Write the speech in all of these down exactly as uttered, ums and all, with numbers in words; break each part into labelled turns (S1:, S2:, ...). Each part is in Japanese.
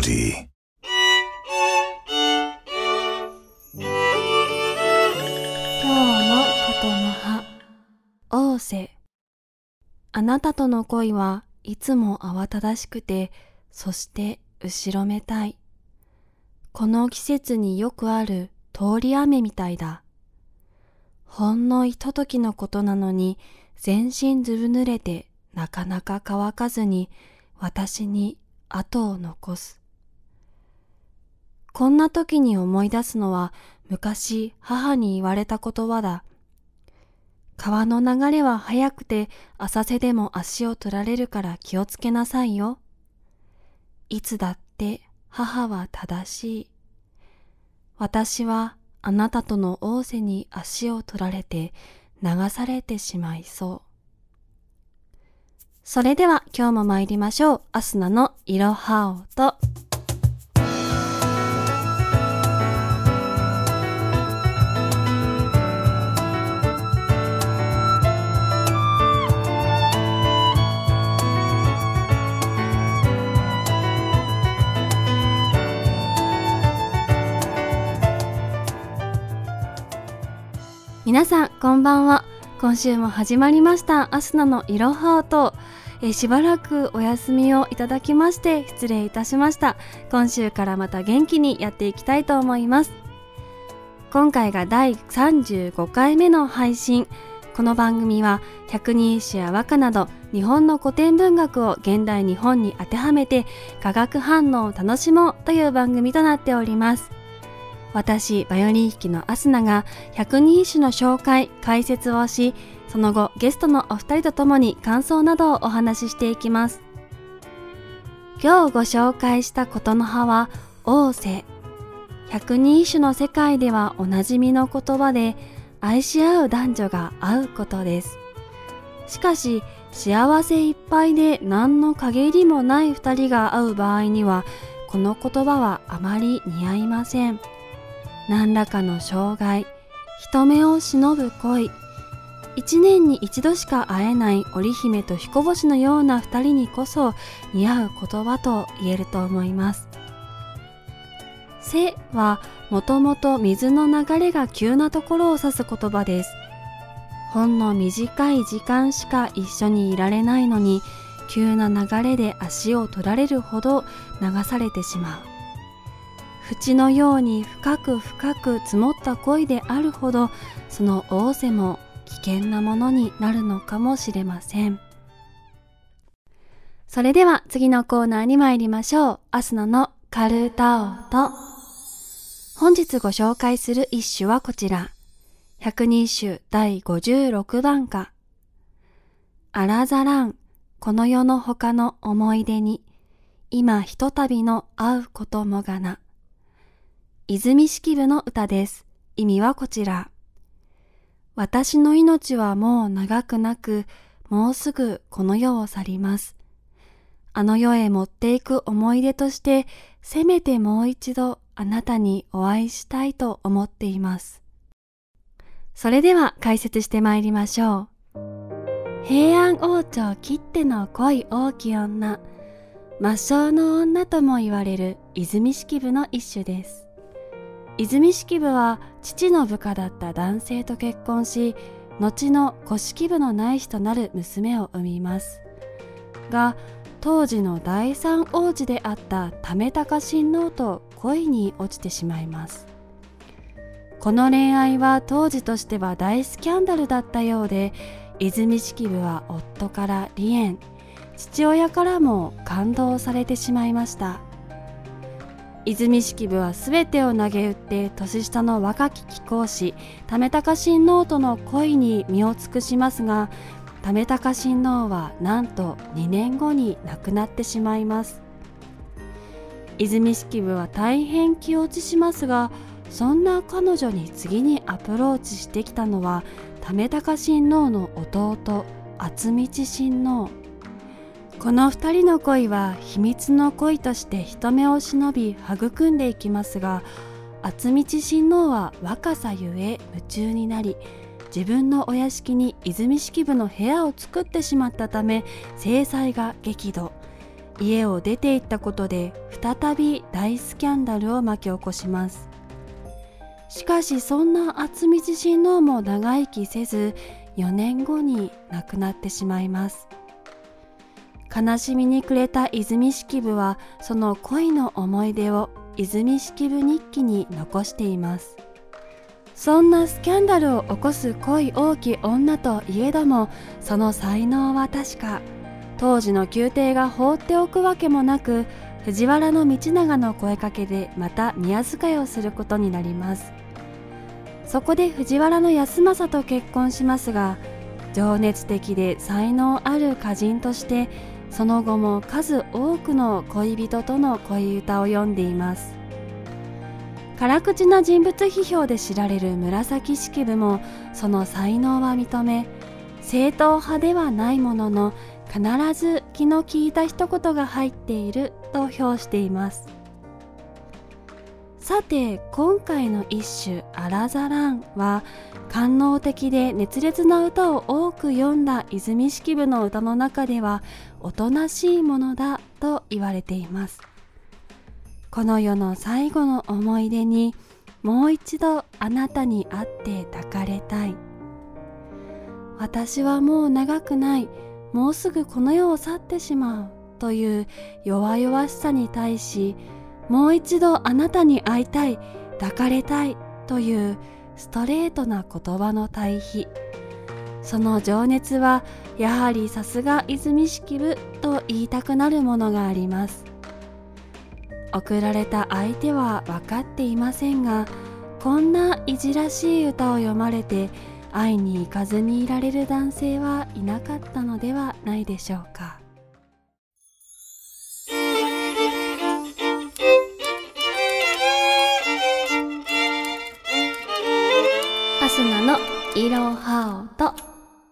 S1: Woody。
S2: 今日のことの葉、仰せ。あなたとの恋はいつも慌ただしくて、そして後ろめたい。この季節によくある通り雨みたいだ。ほんのひとときのことなのに、全身ずぶ濡れてなかなか乾かずに私に跡を残す。こんな時に思い出すのは昔母に言われた言葉だ。川の流れは速くて浅瀬でも足を取られるから気をつけなさいよ。いつだって母は正しい。私はあなたとの仰せに足を取られて流されてしまいそう。それでは今日も参りましょう。アスナのいろはおと。皆さんこんばんは。今週も始まりましたアスナのいろはおと。えしばらくお休みをいただきまして失礼いたしました。今週からまた元気にやっていきたいと思います。今回がだいさんじゅうごかいめの配信。この番組は百人一首や和歌など日本の古典文学を現代日本に当てはめて化学反応を楽しもうという番組となっております。私バイオリン弾きのアスナが百人一首の紹介解説をし、その後ゲストのお二人とともに感想などをお話ししていきます。今日ご紹介したことの葉は仰せ。百人一首の世界ではおなじみの言葉で、愛し合う男女が会うことです。しかし幸せいっぱいで何の陰りもない二人が会う場合には、この言葉はあまり似合いません。何らかの障害、人目を忍ぶ恋、一年に一度しか会えない織姫と彦星のような二人にこそ似合う言葉と言えると思います。せはもともと水の流れが急なところを指す言葉です。ほんの短い時間しか一緒にいられないのに、急な流れで足を取られるほど流されてしまう。淵のように深く深く積もった恋であるほど、その仰せも危険なものになるのかもしれません。それでは次のコーナーに参りましょう。アスナのカルタオと。本日ご紹介する一首はこちら。百人一首だいごじゅうろくばんか。あらざらんこの世の他の思い出に、今ひとたびの会うこともがな。泉式部の歌です。意味はこちら。私の命はもう長くなく、もうすぐこの世を去ります。あの世へ持っていく思い出として、せめてもう一度あなたにお会いしたいと思っています。それでは解説してまいりましょう。平安王朝きっての恋多き女、抹消の女とも言われる泉式部の一首です。泉式部は父の部下だった男性と結婚し、後の古式部の内子となる娘を産みますが、当時の第三王子であった為高親王と恋に落ちてしまいます。この恋愛は当時としては大スキャンダルだったようで、泉式部は夫から離縁、父親からも勘当されてしまいました。泉式部はすべてを投げ打って年下の若き貴公子為高親王との恋に身を尽くしますが、為高親王はなんとにねんごに亡くなってしまいます。泉式部は大変気落ちしますが、そんな彼女に次にアプローチしてきたのは為高親王の弟厚道親王。この二人の恋は秘密の恋として人目を忍び育んでいきますが、厚道親王は若さゆえ夢中になり、自分のお屋敷に泉式部の部屋を作ってしまったため、正妻が激怒。 家を出て行ったことで再び大スキャンダルを巻き起こします。しかしそんな渥美親王も長生きせず、よねんごに亡くなってしまいます。悲しみに暮れた泉式部はその恋の思い出を泉式部日記に残しています。そんなスキャンダルを起こす恋多き女といえども、その才能は確か当時の宮廷が放っておくわけもなく、藤原道長の声かけでまた宮仕えをすることになります。そこで藤原康政と結婚しますが、情熱的で才能ある歌人としてその後も数多くの恋人との恋歌を詠んでいます。辛口な人物批評で知られる紫式部もその才能は認め、正統派ではないものの必ず気の利いた一言が入っていると評しています。さて今回の一首「アラザラン」は官能的で熱烈な歌を多く詠んだ泉式部の歌の中ではおとなしいものだと言われています。この世の最後の思い出にもう一度あなたに会って抱かれたい。私はもう長くない、もうすぐこの世を去ってしまうという弱々しさに対し、もう一度あなたに会いたい、抱かれたいというストレートな言葉の対比。その情熱はやはりさすが泉式部と言いたくなるものがあります。送られた相手は分かっていませんが、こんないじらしい歌を読まれて会いに行かずにいられる男性はいなかったのではないでしょうか。アスナのいろはおと。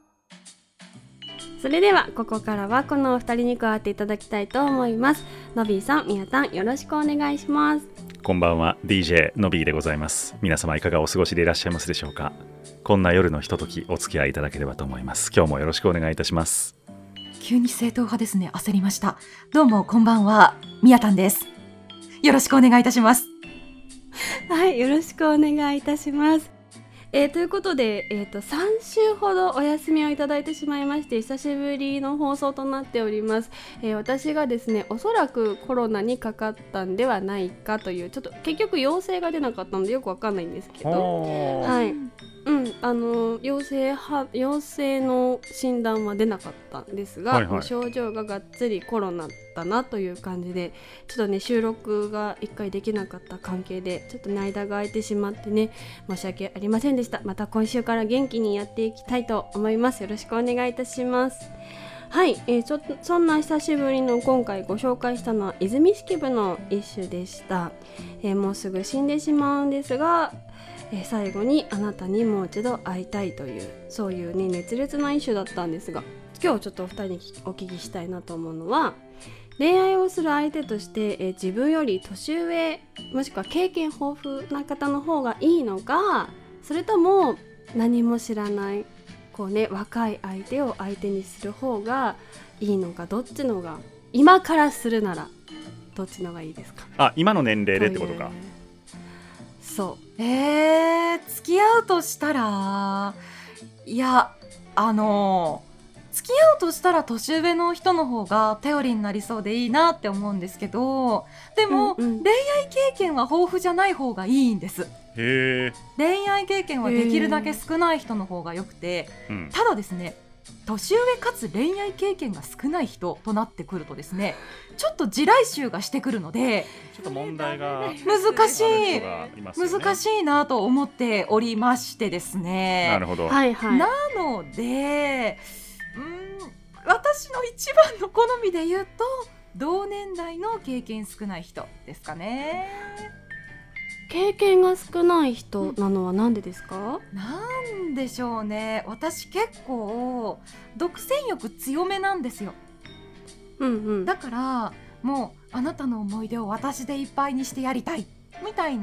S2: それではここからはこのお二人に加わっていただきたいと思います。のびーさん、みやたん、よろしくお願いします。
S1: こんばんは、 ディージェー のびーでございます。皆様いかがお過ごしでいらっしゃいますでしょうか。こんな夜のひとときお付き合いいただければと思います。今日もよろしくお願いいたします。
S3: 急に正統派ですね。焦りました。どうもこんばんは、みやたんです。よろしくお願いいたします。
S2: はい、よろしくお願いいたします。えー、ということで、えーと、さんしゅうほどお休みをいただいてしまいまして、久しぶりの放送となっております。えー、私がですね、おそらくコロナにかかったんではないかという、ちょっと結局陽性が出なかったのでよくわかんないんですけど、はい、うん、あの陽性は陽性の診断は出なかったんですが、はいはい、症状ががっつりコロナだなという感じで、ちょっとね収録がいっかいできなかった関係でちょっとね間が空いてしまってね、申し訳ありませんでした。また今週から元気にやっていきたいと思います。よろしくお願いいたします。はい、えー、そ, そんな久しぶりの今回ご紹介したのは泉式部の一首でした。えー、もうすぐ死んでしまうんですが、えー、最後にあなたにもう一度会いたいという、そういうね熱烈な一首だったんですが、今日ちょっとお二人にお聞きしたいなと思うのは、恋愛をする相手として、えー、自分より年上もしくは経験豊富な方の方がいいのか、それとも何も知らないこう、ね、若い相手を相手にする方がいいのか、どっちのが今からするならどっちのがいいですか。
S1: あ、今の年齢でってことか。
S3: そうえー、付き合うとしたら、いやあの付き合うとしたら年上の人の方が頼りになりそうでいいなって思うんですけど、でも、うんうん、恋愛経験は豊富じゃない方がいいんです。
S1: へー。
S3: 恋愛経験はできるだけ少ない人の方がよくて、ただですね、年上かつ恋愛経験が少ない人となってくるとですね、ちょっと地雷臭がしてくるので、
S1: ちょっと問題が
S3: 難しい、難しいなと思っておりましてですね。
S1: なるほど。
S3: はいはい、なので、うーん、私の一番の好みで言うと同年代の経験少ない人ですかね。
S2: 経験が少ない人なのはなんでですか？
S3: なんでしょうね。私結構独占欲強めなんですよ。うんうん、だからもうあなたの思い出を私でいっぱいにしてやりたいみたいな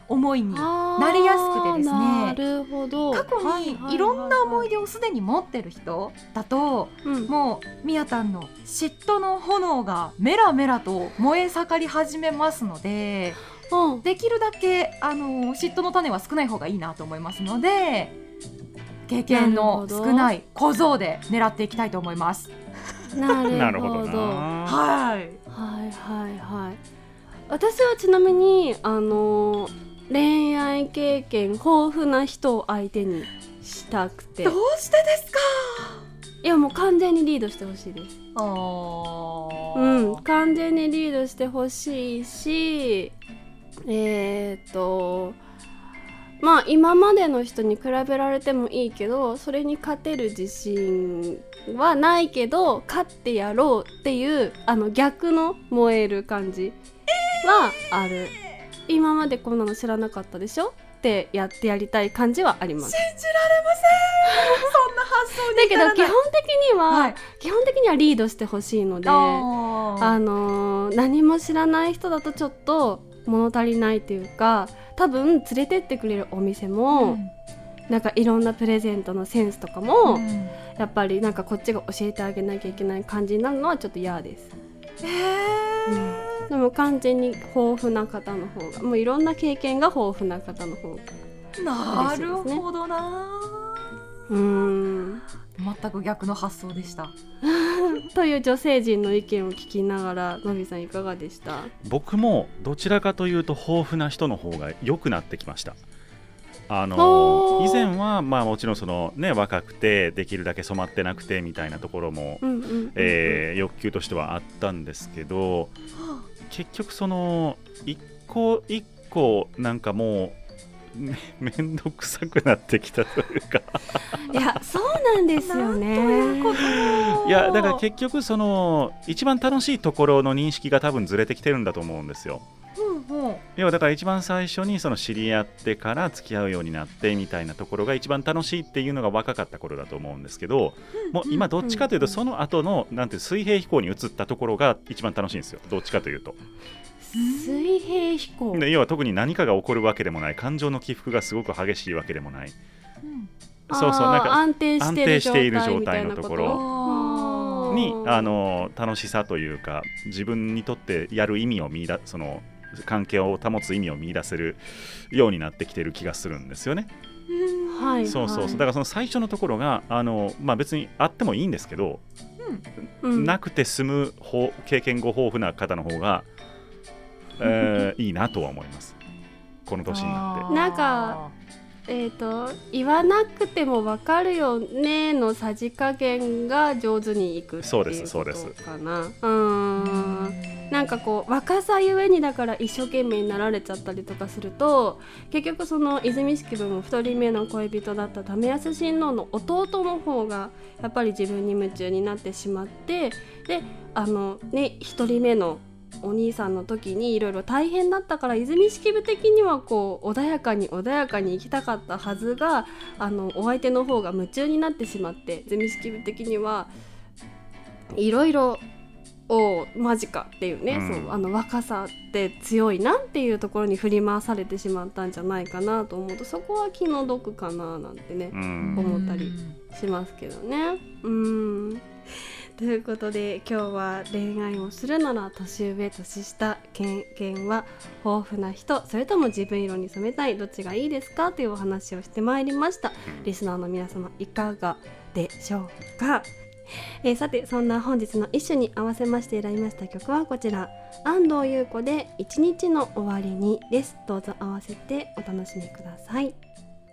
S3: 思いになりやすくてですね、
S2: なるほど。
S3: 過去にいろんな思い出をすでに持ってる人だと、
S2: うん、
S3: もうみやたんの嫉妬の炎がメラメラと燃え盛り始めますので、
S2: うん、
S3: できるだけあの嫉妬の種は少ない方がいいなと思いますので、経験の少ない小僧で狙っていきたいと思います。
S2: なるほど。
S1: なるほどな。
S3: はい
S2: はいはいはい。私はちなみにあの恋愛経験豊富な人を相手にしたくて。
S3: どうしてですか？
S2: いやもう完全にリードしてほしいです。
S3: あ
S2: うん、完全にリードしてほしいし、えーっとまあ今までの人に比べられてもいいけど、それに勝てる自信はないけど勝ってやろうっていうあの逆の燃える感じはある、えー、今までこんなの知らなかったでしょってやってやりたい感じはあります。
S3: 信じられませんそんな発想
S2: だけど基本的には、
S3: はい、
S2: 基本的にはリードしてほしいので、あのー、何も知らない人だとちょっと物足りないっていうか、多分連れてってくれるお店も、うん、なんかいろんなプレゼントのセンスとかも、うん、やっぱりなんかこっちが教えてあげなきゃいけない感じになるのはちょっと嫌です。
S3: へー、
S2: うん、でも完全に豊富な方の方が、もういろんな経験が豊富な方の方が嬉しいですね。
S3: なるほどな。
S2: うーん、
S3: 全く逆の発想でした
S2: という女性陣の意見を聞きながら、のびさんいかがでした？
S1: 僕もどちらかというと豊富な人の方が良くなってきました。あの以前はまあもちろんその、ね、若くてできるだけ染まってなくてみたいなところも欲求としてはあったんですけど、結局その一個一個なんかもうめ, めんどくさくなってきたというか
S2: いやそうなんですよね。
S1: いやだから結局その一番楽しいところの認識が多分ずれてきてるんだと思うんですよ。
S3: うんうん、
S1: 要はだから一番最初にその知り合ってから付き合うようになってみたいなところが一番楽しいっていうのが若かった頃だと思うんですけど、もう今どっちかというとその後のなんて水平飛行に移ったところが一番楽しいんですよ。どっちかというと
S2: 水平飛行
S1: で、要は特に何かが起こるわけでもない、感情の起伏がすごく激しいわけでもない、うん、そうそう、なんか
S2: 安定して
S1: いる状態のところにあの楽しさというか、自分にとってやる意味を見出その関係を保つ意味を見出せるようになってきてる気がするんですよね。
S2: はい、
S1: そうそうそう、だからその最初のところがあの、まあ、別にあってもいいんですけど、
S2: うん、
S1: なくて済む経験ご豊富な方の方がえー、いいなとは思います。この年になって。
S2: なんかえーと言わなくても分かるよねのさじ加減が上手にいくっていうことかな。うーん、なんかこう若さゆえにだから一生懸命になられちゃったりとかすると、結局その泉式部もふたりめの恋人だった為安親王の弟の方がやっぱり自分に夢中になってしまって、であのねひとりめのお兄さんの時にいろいろ大変だったから、泉式部的にはこう穏やかに穏やかに生きたかったはずが、あのお相手の方が夢中になってしまって、泉式部的にはいろいろおマジかっていうね、うん、そうあの若さって強いなっていうところに振り回されてしまったんじゃないかなと思うと、そこは気の毒かななんてね、うん、思ったりしますけどね。うーんということで今日は恋愛をするなら年上年下、経験は豊富な人、それとも自分色に染めたい、どっちがいいですかというお話をしてまいりました。リスナーの皆様いかがでしょうか。えー、さてそんな本日の一首に合わせまして選びました曲はこちら、安藤優子で一日の終わりにです。どうぞ合わせてお楽しみください。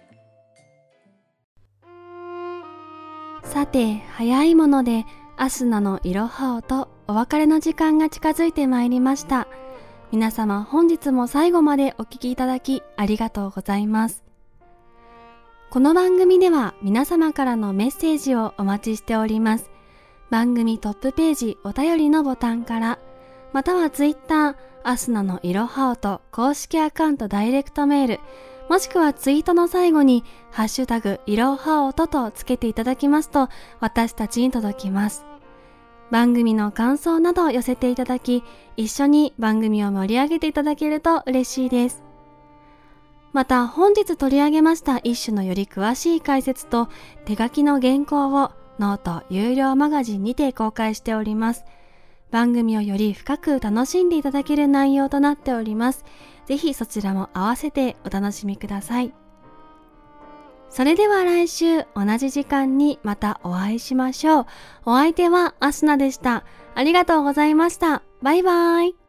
S4: さて早いものでアスナのいろはおとお別れの時間が近づいてまいりました。皆様本日も最後までお聞きいただきありがとうございます。この番組では皆様からのメッセージをお待ちしております。番組トップページお便りのボタンから、またはツイッターアスナのいろはおと公式アカウントダイレクトメール、もしくはツイートの最後にハッシュタグいろはおととつけていただきますと私たちに届きます。番組の感想などを寄せていただき、一緒に番組を盛り上げていただけると嬉しいです。
S2: また本日取り上げました一種のより詳しい解説と手書きの原稿をノート有料マガジンにて公開しております。番組をより深く楽しんでいただける内容となっております。ぜひそちらも合わせてお楽しみください。それでは来週同じ時間にまたお会いしましょう。お相手はアスナでした。ありがとうございました。バイバイ。